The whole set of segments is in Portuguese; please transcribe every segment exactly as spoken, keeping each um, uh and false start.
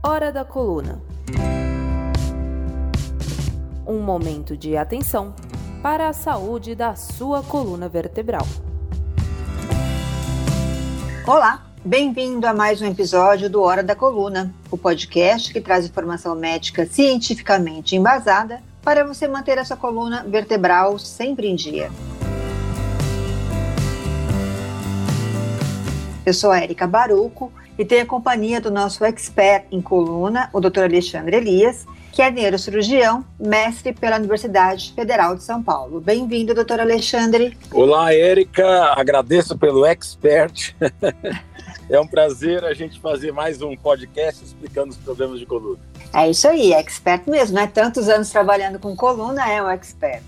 Hora da Coluna. Um momento de atenção para a saúde da sua coluna vertebral. Olá, bem-vindo a mais um episódio do Hora da Coluna, o podcast que traz informação médica cientificamente embasada para você manter a sua coluna vertebral sempre em dia. Eu sou a Érica Baruco e tenho a companhia do nosso expert em coluna, o doutor Alexandre Elias, que é neurocirurgião, mestre pela Universidade Federal de São Paulo. Bem-vindo, doutor Alexandre. Olá, Érica. Agradeço pelo expert. É um prazer a gente fazer mais um podcast explicando os problemas de coluna. É isso aí, expert mesmo, né? Tantos anos trabalhando com coluna, é um expert.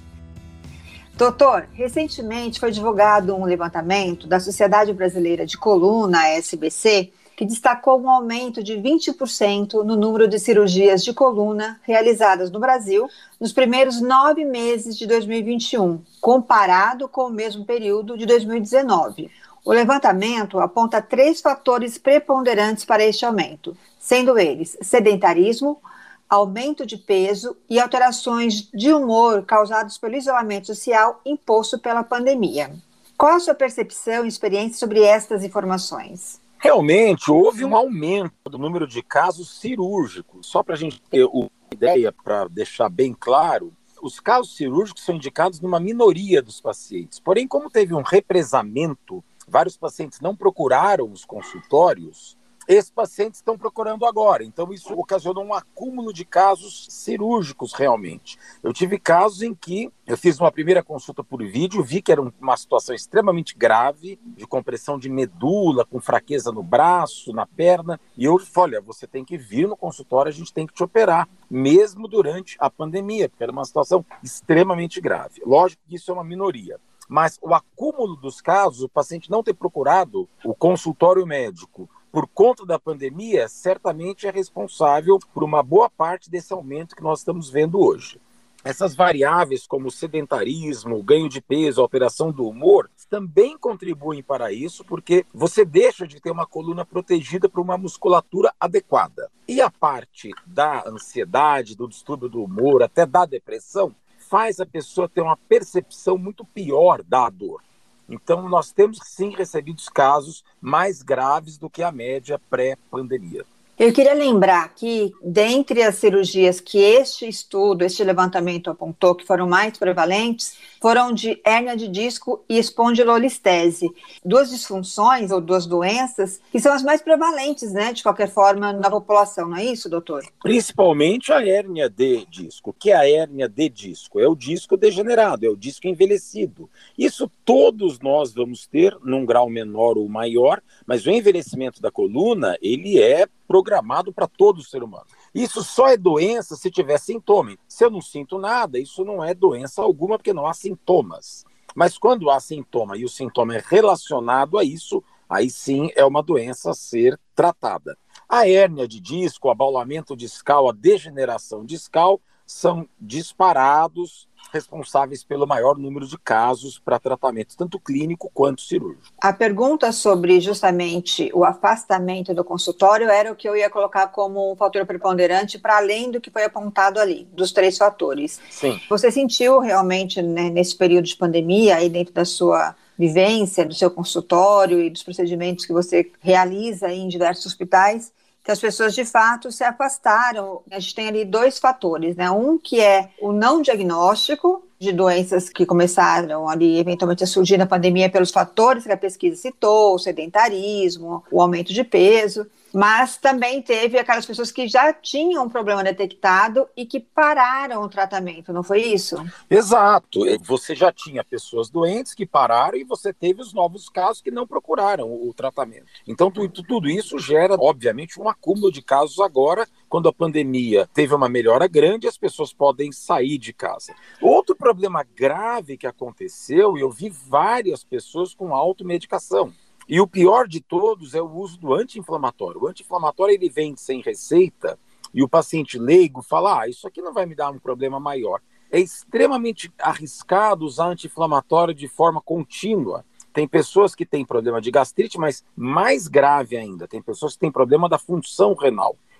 Doutor, recentemente foi divulgado um levantamento da Sociedade Brasileira de Coluna, a S B C, que destacou um aumento de vinte por cento no número de cirurgias de coluna realizadas no Brasil nos primeiros nove meses de dois mil e vinte e um, comparado com o mesmo período de dois mil e dezenove. O levantamento aponta três fatores preponderantes para este aumento, sendo eles sedentarismo, aumento de peso e alterações de humor causados pelo isolamento social imposto pela pandemia. Qual a sua percepção e experiência sobre estas informações? Realmente, houve um aumento do número de casos cirúrgicos. Só para a gente ter uma ideia, para deixar bem claro, os casos cirúrgicos são indicados numa minoria dos pacientes. Porém, como teve um represamento, vários pacientes não procuraram os consultórios, esses pacientes estão procurando agora. Então, isso ocasionou um acúmulo de casos cirúrgicos, realmente. Eu tive casos em que eu fiz uma primeira consulta por vídeo, vi que era uma situação extremamente grave, de compressão de medula, com fraqueza no braço, na perna, e eu falei, olha, você tem que vir no consultório, a gente tem que te operar, mesmo durante a pandemia, porque era uma situação extremamente grave. Lógico que isso é uma minoria. Mas o acúmulo dos casos, o paciente não ter procurado o consultório médico por conta da pandemia, certamente é responsável por uma boa parte desse aumento que nós estamos vendo hoje. Essas variáveis como o sedentarismo, o ganho de peso, a alteração do humor, também contribuem para isso, porque você deixa de ter uma coluna protegida por uma musculatura adequada. E a parte da ansiedade, do distúrbio do humor, até da depressão, faz a pessoa ter uma percepção muito pior da dor. Então, nós temos, sim, recebido casos mais graves do que a média pré-pandemia. Eu queria lembrar que, dentre as cirurgias que este estudo, este levantamento apontou que foram mais prevalentes, foram de hérnia de disco e espondilolistese. Duas disfunções ou duas doenças que são as mais prevalentes, né, de qualquer forma, na população, não é isso, doutor? Principalmente a hérnia de disco. O que é a hérnia de disco? É o disco degenerado, é o disco envelhecido. Isso todos nós vamos ter, num grau menor ou maior, mas o envelhecimento da coluna, ele é programado para todo ser humano. Isso só é doença se tiver sintoma. Se eu não sinto nada, isso não é doença alguma, porque não há sintomas. Mas quando há sintoma e o sintoma é relacionado a isso, aí sim é uma doença a ser tratada. A hérnia de disco, o abaulamento discal, a degeneração discal, são disparados responsáveis pelo maior número de casos para tratamento, tanto clínico quanto cirúrgico. A pergunta sobre justamente o afastamento do consultório era o que eu ia colocar como um fator preponderante para além do que foi apontado ali, dos três fatores. Sim. Você sentiu realmente, né, nesse período de pandemia, aí dentro da sua vivência, do seu consultório e dos procedimentos que você realiza em diversos hospitais, que as pessoas, de fato, se afastaram? A gente tem ali dois fatores, né? Um que é o não diagnóstico de doenças que começaram ali, eventualmente, a surgir na pandemia pelos fatores que a pesquisa citou, o sedentarismo, o aumento de peso, mas também teve aquelas pessoas que já tinham um problema detectado e que pararam o tratamento, não foi isso? Exato. Você já tinha pessoas doentes que pararam e você teve os novos casos que não procuraram o tratamento. Então, tudo, tudo isso gera, obviamente, um acúmulo de casos agora, quando a pandemia teve uma melhora grande, as pessoas podem sair de casa. Outro problema grave que aconteceu, e eu vi várias pessoas com automedicação. E o pior de todos é o uso do anti-inflamatório. O anti-inflamatório, ele vem sem receita e o paciente leigo fala, ah, isso aqui não vai me dar um problema maior. É extremamente arriscado usar anti-inflamatório de forma contínua. Tem pessoas que têm problema de gastrite, mas mais grave ainda, tem pessoas que têm problema da função renal.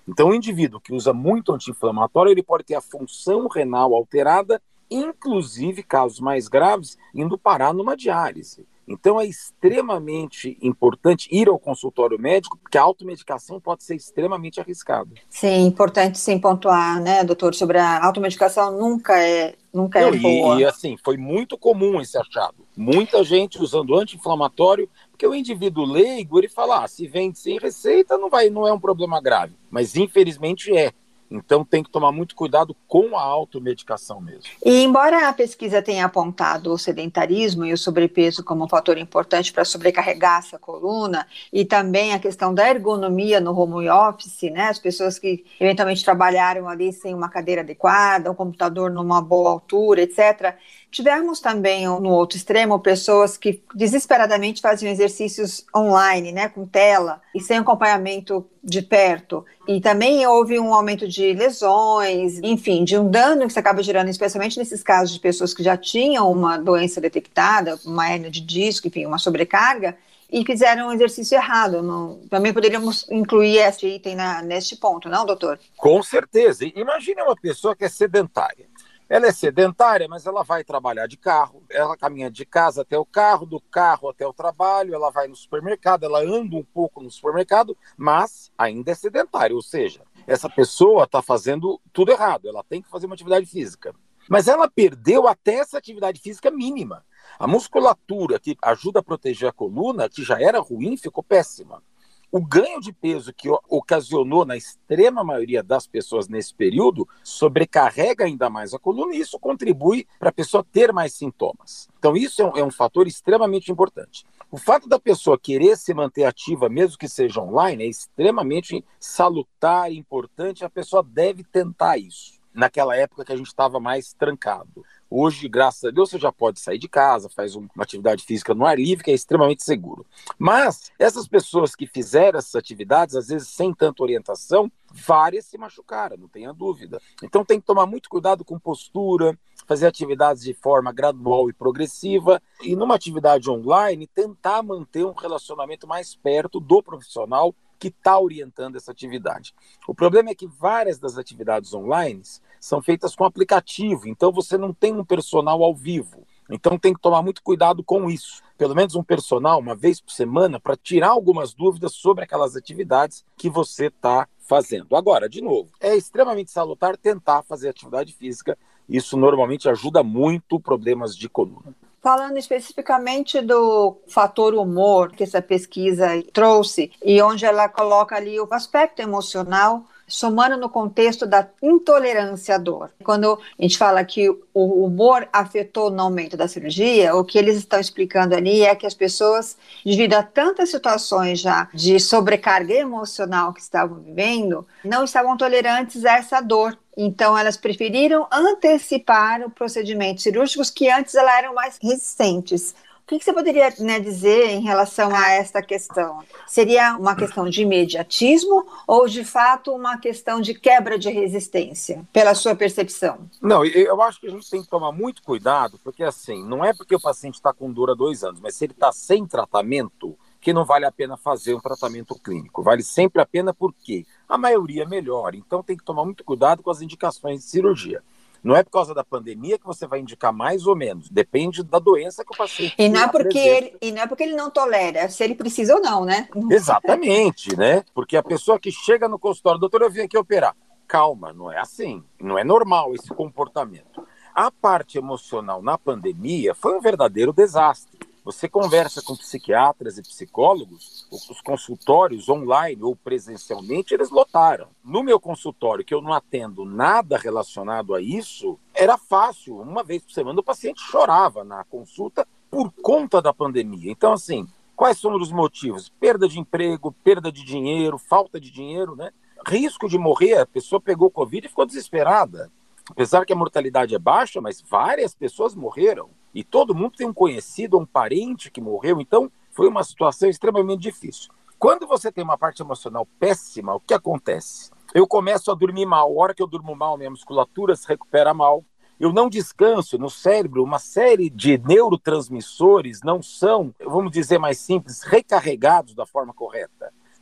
Então, o indivíduo que usa muito anti-inflamatório, ele pode ter a função renal alterada, inclusive, casos mais graves, indo parar numa diálise. Então, é extremamente importante ir ao consultório médico, porque a automedicação pode ser extremamente arriscada. Sim, importante sim pontuar, né, doutor, sobre a automedicação nunca é, nunca Não, é e, boa. E, assim, foi muito comum esse achado. Muita gente usando anti-inflamatório, porque o indivíduo leigo, ele fala, ah, se vende sem receita, não, vai, não é um problema grave. Mas, infelizmente, é. Então, tem que tomar muito cuidado com a automedicação mesmo. E embora a pesquisa tenha apontado o sedentarismo e o sobrepeso como um fator importante para sobrecarregar essa coluna, e também a questão da ergonomia no home office, né, as pessoas que eventualmente trabalharam ali sem uma cadeira adequada, um computador numa boa altura, etcétera, tivemos também, no outro extremo, pessoas que desesperadamente faziam exercícios online, né, com tela e sem acompanhamento de perto. E também houve um aumento de lesões, enfim, de um dano que se acaba gerando, especialmente nesses casos de pessoas que já tinham uma doença detectada, uma hérnia de disco, enfim, uma sobrecarga, e fizeram um exercício errado. Não, também poderíamos incluir este item na, neste ponto, não, doutor? Com certeza. Imagine uma pessoa que é sedentária. Ela é sedentária, mas ela vai trabalhar de carro, ela caminha de casa até o carro, do carro até o trabalho, ela vai no supermercado, ela anda um pouco no supermercado, mas ainda é sedentária, ou seja, essa pessoa está fazendo tudo errado, ela tem que fazer uma atividade física. Mas ela perdeu até essa atividade física mínima. A musculatura que ajuda a proteger a coluna, que já era ruim, ficou péssima. O ganho de peso que ocasionou na extrema maioria das pessoas nesse período sobrecarrega ainda mais a coluna e isso contribui para a pessoa ter mais sintomas. Então isso é um, é um fator extremamente importante. O fato da pessoa querer se manter ativa, mesmo que seja online, é extremamente salutar e importante. A pessoa deve tentar isso. Naquela época que a gente estava mais trancado. Hoje, graças a Deus, você já pode sair de casa, faz uma atividade física no ar livre, que é extremamente seguro. Mas essas pessoas que fizeram essas atividades, às vezes sem tanta orientação, várias se machucaram, não tenha dúvida. Então tem que tomar muito cuidado com postura, fazer atividades de forma gradual e progressiva, e numa atividade online, tentar manter um relacionamento mais perto do profissional que está orientando essa atividade. O problema é que várias das atividades online são feitas com aplicativo, então você não tem um personal ao vivo. Então tem que tomar muito cuidado com isso. Pelo menos um personal, uma vez por semana, para tirar algumas dúvidas sobre aquelas atividades que você está fazendo. Agora, de novo, é extremamente salutar tentar fazer atividade física. Isso normalmente ajuda muito problemas de coluna. Falando especificamente do fator humor que essa pesquisa trouxe e onde ela coloca ali o aspecto emocional, somando no contexto da intolerância à dor. Quando a gente fala que o humor afetou no aumento da cirurgia, o que eles estão explicando ali é que as pessoas, devido a tantas situações já de sobrecarga emocional que estavam vivendo, não estavam tolerantes a essa dor. Então, elas preferiram antecipar os procedimentos cirúrgicos que antes elas eram mais resistentes. O que você poderia, né, dizer em relação a esta questão? Seria uma questão de imediatismo ou, de fato, uma questão de quebra de resistência, pela sua percepção? Não, eu acho que a gente tem que tomar muito cuidado, porque assim, não é porque o paciente está com dor há dois anos, mas se ele está sem tratamento, que não vale a pena fazer um tratamento clínico. Vale sempre a pena porque a maioria melhora. Então tem que tomar muito cuidado com as indicações de cirurgia. Não é por causa da pandemia que você vai indicar mais ou menos. Depende da doença que o paciente e não é porque apresenta. ele E não é porque ele não tolera, é se ele precisa ou não, né? Exatamente, né? Porque a pessoa que chega no consultório, doutor, eu vim aqui operar. Calma, não é assim. Não é normal esse comportamento. A parte emocional na pandemia foi um verdadeiro desastre. Você conversa com psiquiatras e psicólogos, os consultórios online ou presencialmente, eles lotaram. No meu consultório, que eu não atendo nada relacionado a isso, era fácil. Uma vez por semana o paciente chorava na consulta por conta da pandemia. Então, assim, quais são os motivos? Perda de emprego, perda de dinheiro, falta de dinheiro, né? Risco de morrer, a pessoa pegou Covid e ficou desesperada. Apesar que a mortalidade é baixa, mas várias pessoas morreram. E todo mundo tem um conhecido, um parente que morreu. Então, foi uma situação extremamente difícil. Quando você tem uma parte emocional péssima, o que acontece? Eu começo a dormir mal. A hora que eu durmo mal, minha musculatura se recupera mal. Eu não descanso. No cérebro, uma série de neurotransmissores não são, vamos dizer mais simples, recarregados da forma correta.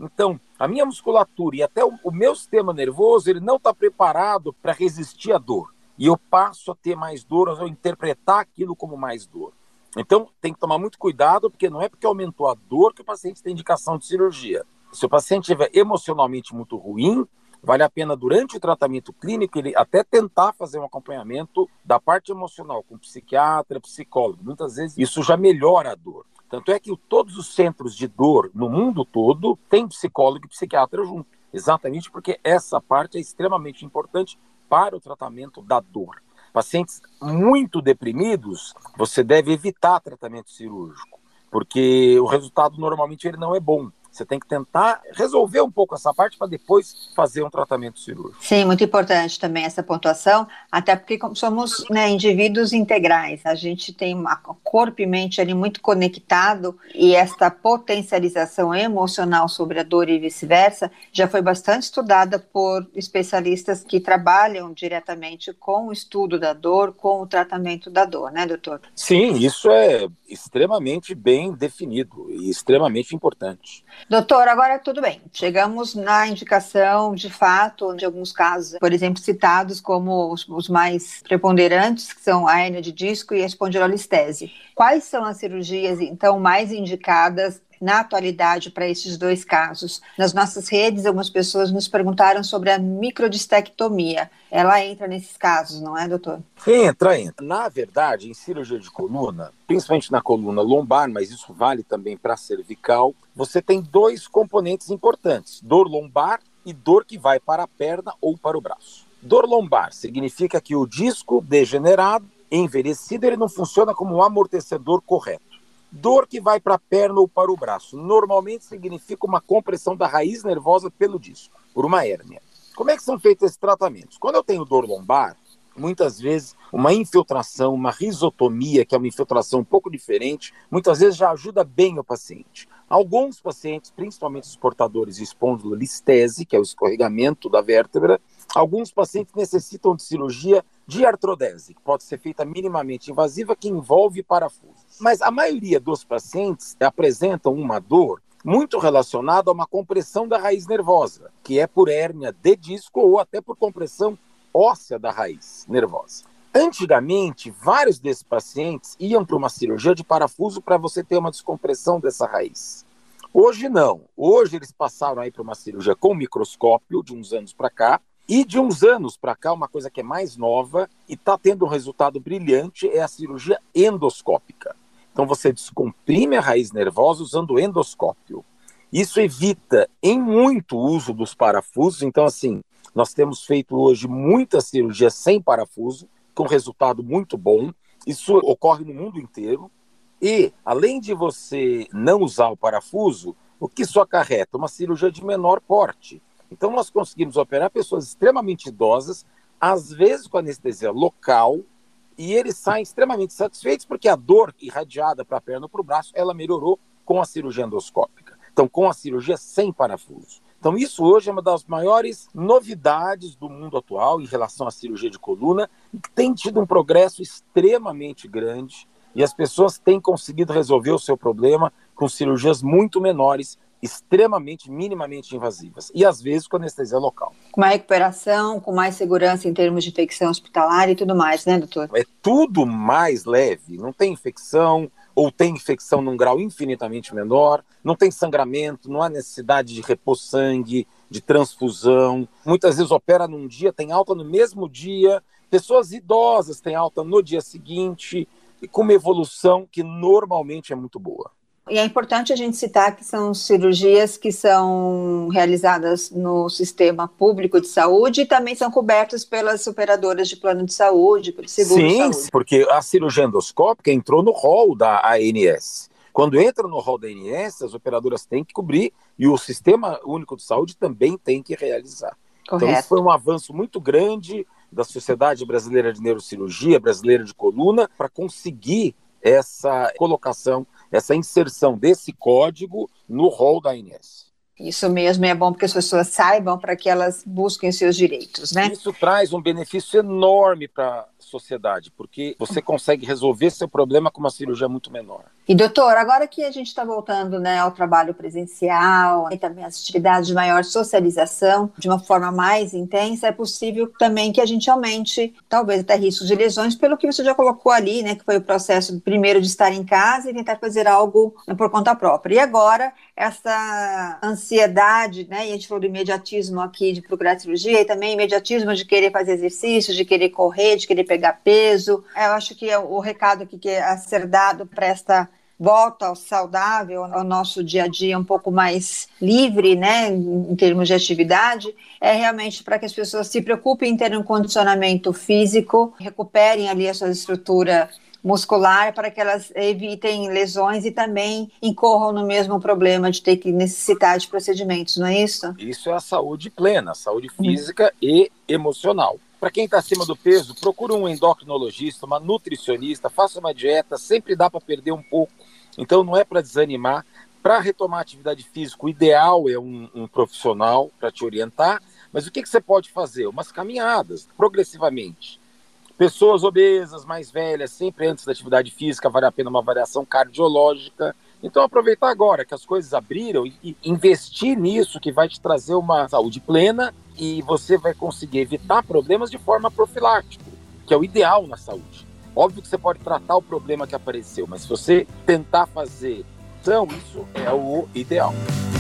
Então, a minha musculatura e até o, o meu sistema nervoso, ele não está preparado para resistir à dor. E eu passo a ter mais dor, a interpretar aquilo como mais dor. Então, tem que tomar muito cuidado, porque não é porque aumentou a dor que o paciente tem indicação de cirurgia. Se o paciente estiver emocionalmente muito ruim, vale a pena, durante o tratamento clínico, ele até tentar fazer um acompanhamento da parte emocional, com psiquiatra, psicólogo. Muitas vezes isso já melhora a dor. Tanto é que todos os centros de dor no mundo todo têm psicólogo e psiquiatra junto. Exatamente porque essa parte é extremamente importante para o tratamento da dor. Pacientes muito deprimidos, você deve evitar tratamento cirúrgico, porque o resultado normalmente ele não é bom. Você tem que tentar resolver um pouco essa parte para depois fazer um tratamento cirúrgico. Sim, muito importante também essa pontuação, até porque somos, né, indivíduos integrais. A gente tem uma, corpo e mente ali muito conectado, e esta potencialização emocional sobre a dor e vice-versa já foi bastante estudada por especialistas que trabalham diretamente com o estudo da dor, com o tratamento da dor, né, doutor? Sim, isso é extremamente bem definido e extremamente importante. Doutor, agora tudo bem, chegamos na indicação de fato de alguns casos, por exemplo, citados como os, os mais preponderantes, que são a hérnia de disco e a espondilolistese. Quais são as cirurgias, então, mais indicadas na atualidade para esses dois casos? Nas nossas redes, algumas pessoas nos perguntaram sobre a microdistectomia. Ela entra nesses casos, não é, doutor? Entra, entra. Na verdade, em cirurgia de coluna, principalmente na coluna lombar, mas isso vale também para a cervical, você tem dois componentes importantes: dor lombar e dor que vai para a perna ou para o braço. Dor lombar significa que o disco degenerado, envelhecido, ele não funciona como um amortecedor correto. Dor que vai para a perna ou para o braço normalmente significa uma compressão da raiz nervosa pelo disco, por uma hérnia. Como é que são feitos esses tratamentos? Quando eu tenho dor lombar, muitas vezes uma infiltração, uma risotomia, que é uma infiltração um pouco diferente, muitas vezes já ajuda bem o paciente. Alguns pacientes, principalmente os portadores de espondilolistese, que é o escorregamento da vértebra, alguns pacientes necessitam de cirurgia de artrodese, que pode ser feita minimamente invasiva, que envolve parafusos. Mas a maioria dos pacientes apresentam uma dor muito relacionada a uma compressão da raiz nervosa, que é por hérnia de disco ou até por compressão óssea da raiz nervosa. Antigamente, vários desses pacientes iam para uma cirurgia de parafuso para você ter uma descompressão dessa raiz. Hoje não. Hoje eles passaram aí para uma cirurgia com microscópio, de uns anos para cá, e de uns anos para cá, uma coisa que é mais nova e está tendo um resultado brilhante é a cirurgia endoscópica. Então você descomprime a raiz nervosa usando o endoscópio. Isso evita em muito o uso dos parafusos. Então, assim, nós temos feito hoje muita cirurgia sem parafuso, com resultado muito bom. Isso ocorre no mundo inteiro. E, além de você não usar o parafuso, o que isso acarreta? Uma cirurgia de menor porte. Então, nós conseguimos operar pessoas extremamente idosas, às vezes com anestesia local, e eles saem extremamente satisfeitos porque a dor irradiada para a perna ou para o braço, ela melhorou com a cirurgia endoscópica. Então, com a cirurgia sem parafuso. Então, isso hoje é uma das maiores novidades do mundo atual em relação à cirurgia de coluna, e que tem tido um progresso extremamente grande, e as pessoas têm conseguido resolver o seu problema com cirurgias muito menores, extremamente, minimamente invasivas, e às vezes com anestesia local. Com uma recuperação, com mais segurança em termos de infecção hospitalar e tudo mais, né, doutor? É tudo mais leve, não tem infecção, ou tem infecção num grau infinitamente menor, não tem sangramento, não há necessidade de repor sangue, de transfusão. Muitas vezes opera num dia, tem alta no mesmo dia, pessoas idosas têm alta no dia seguinte, e com uma evolução que normalmente é muito boa. E é importante a gente citar que são cirurgias que são realizadas no sistema público de saúde e também são cobertas pelas operadoras de plano de saúde, pelo seguro de saúde. Sim, porque a cirurgia endoscópica entrou no rol da A N S. Quando entra no rol da A N S, as operadoras têm que cobrir e o Sistema Único de Saúde também tem que realizar. Correto. Então isso foi um avanço muito grande da Sociedade Brasileira de Neurocirurgia, Brasileira de Coluna, para conseguir essa colocação, essa inserção desse código no rol da A N S. Isso mesmo, é bom porque as pessoas saibam para que elas busquem seus direitos, né? Isso traz um benefício enorme para a sociedade, porque você consegue resolver seu problema com uma cirurgia muito menor. E doutor, agora que a gente está voltando, né, ao trabalho presencial e também às atividades de maior socialização, de uma forma mais intensa, é possível também que a gente aumente, talvez até riscos de lesões, pelo que você já colocou ali, né, que foi o processo primeiro de estar em casa e tentar fazer algo, né, por conta própria. E agora, essa ansiedade, né, e a gente falou do imediatismo aqui de procurar cirurgia, e também imediatismo de querer fazer exercício, de querer correr, de querer pegar peso. Eu acho que é o recado aqui que é a ser dado para esta volta ao saudável, ao nosso dia a dia um pouco mais livre, né, em termos de atividade, é realmente para que as pessoas se preocupem em ter um condicionamento físico, recuperem ali a sua estrutura muscular para que elas evitem lesões e também incorram no mesmo problema de ter que necessitar de procedimentos, não é isso? Isso é a saúde plena, saúde física hum. e emocional. Para quem está acima do peso, procure um endocrinologista, uma nutricionista, faça uma dieta, sempre dá para perder um pouco. Então não é para desanimar. Para retomar a atividade física, o ideal é um, um profissional para te orientar, mas o que, que você pode fazer? Umas caminhadas, progressivamente. Pessoas obesas, mais velhas, sempre antes da atividade física, vale a pena uma avaliação cardiológica. Então aproveitar agora que as coisas abriram e, e investir nisso que vai te trazer uma saúde plena e você vai conseguir evitar problemas de forma profilática, que é o ideal na saúde. Óbvio que você pode tratar o problema que apareceu, mas se você tentar fazer, então isso é o ideal.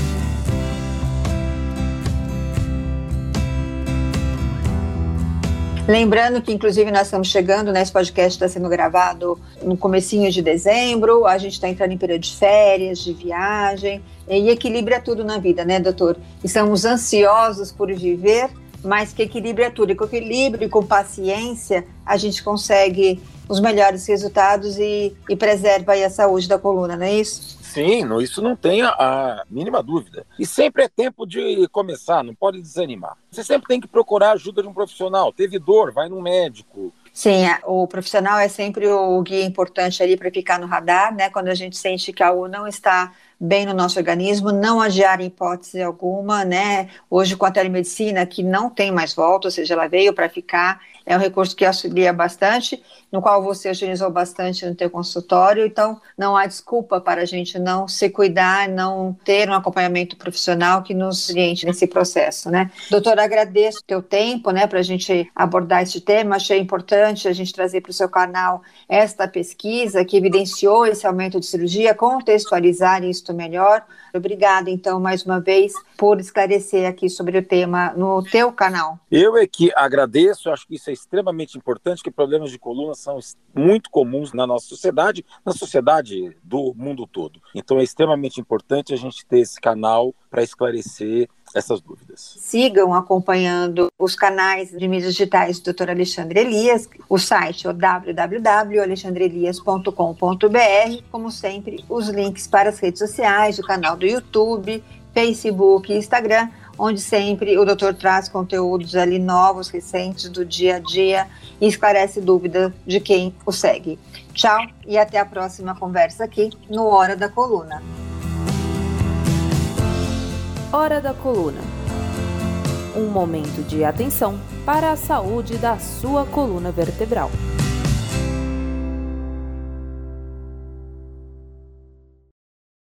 Lembrando que, inclusive, nós estamos chegando, né, esse podcast está sendo gravado no comecinho de dezembro, a gente está entrando em período de férias, de viagem, e equilíbrio é tudo na vida, né, doutor? Estamos ansiosos por viver, mas que equilíbrio é tudo. E com equilíbrio e com paciência, a gente consegue os melhores resultados e, e preserva aí a saúde da coluna, não é isso? Sim, isso não tem a mínima dúvida. E sempre é tempo de começar, não pode desanimar. Você sempre tem que procurar a ajuda de um profissional. Teve dor, vai no médico. Sim, o profissional é sempre o guia importante ali para ficar no radar, né? Quando a gente sente que algo não está bem no nosso organismo, não adiar em hipótese alguma, né? Hoje com a telemedicina, que não tem mais volta, ou seja, ela veio para ficar, é um recurso que auxilia bastante, no qual você utilizou bastante no teu consultório, então não há desculpa para a gente não se cuidar, não ter um acompanhamento profissional que nos oriente nesse processo, né? Doutora, agradeço o teu tempo, né, para a gente abordar esse tema, achei importante a gente trazer para o seu canal esta pesquisa que evidenciou esse aumento de cirurgia, contextualizar isso melhor. Obrigada, então, mais uma vez, por esclarecer aqui sobre o tema no teu canal. Eu é que agradeço, acho que isso é extremamente importante, que problemas de coluna são muito comuns na nossa sociedade, na sociedade do mundo todo. Então é extremamente importante a gente ter esse canal para esclarecer essas dúvidas. Sigam acompanhando os canais de mídias digitais do doutor Alexandre Elias, o site é o w w w ponto alexandre elias ponto com ponto b r, como sempre, os links para as redes sociais, o canal do YouTube, Facebook e Instagram, onde sempre o doutor traz conteúdos ali novos, recentes, do dia a dia e esclarece dúvidas de quem o segue. Tchau e até a próxima conversa aqui no Hora da Coluna. Hora da Coluna. Um momento de atenção para a saúde da sua coluna vertebral.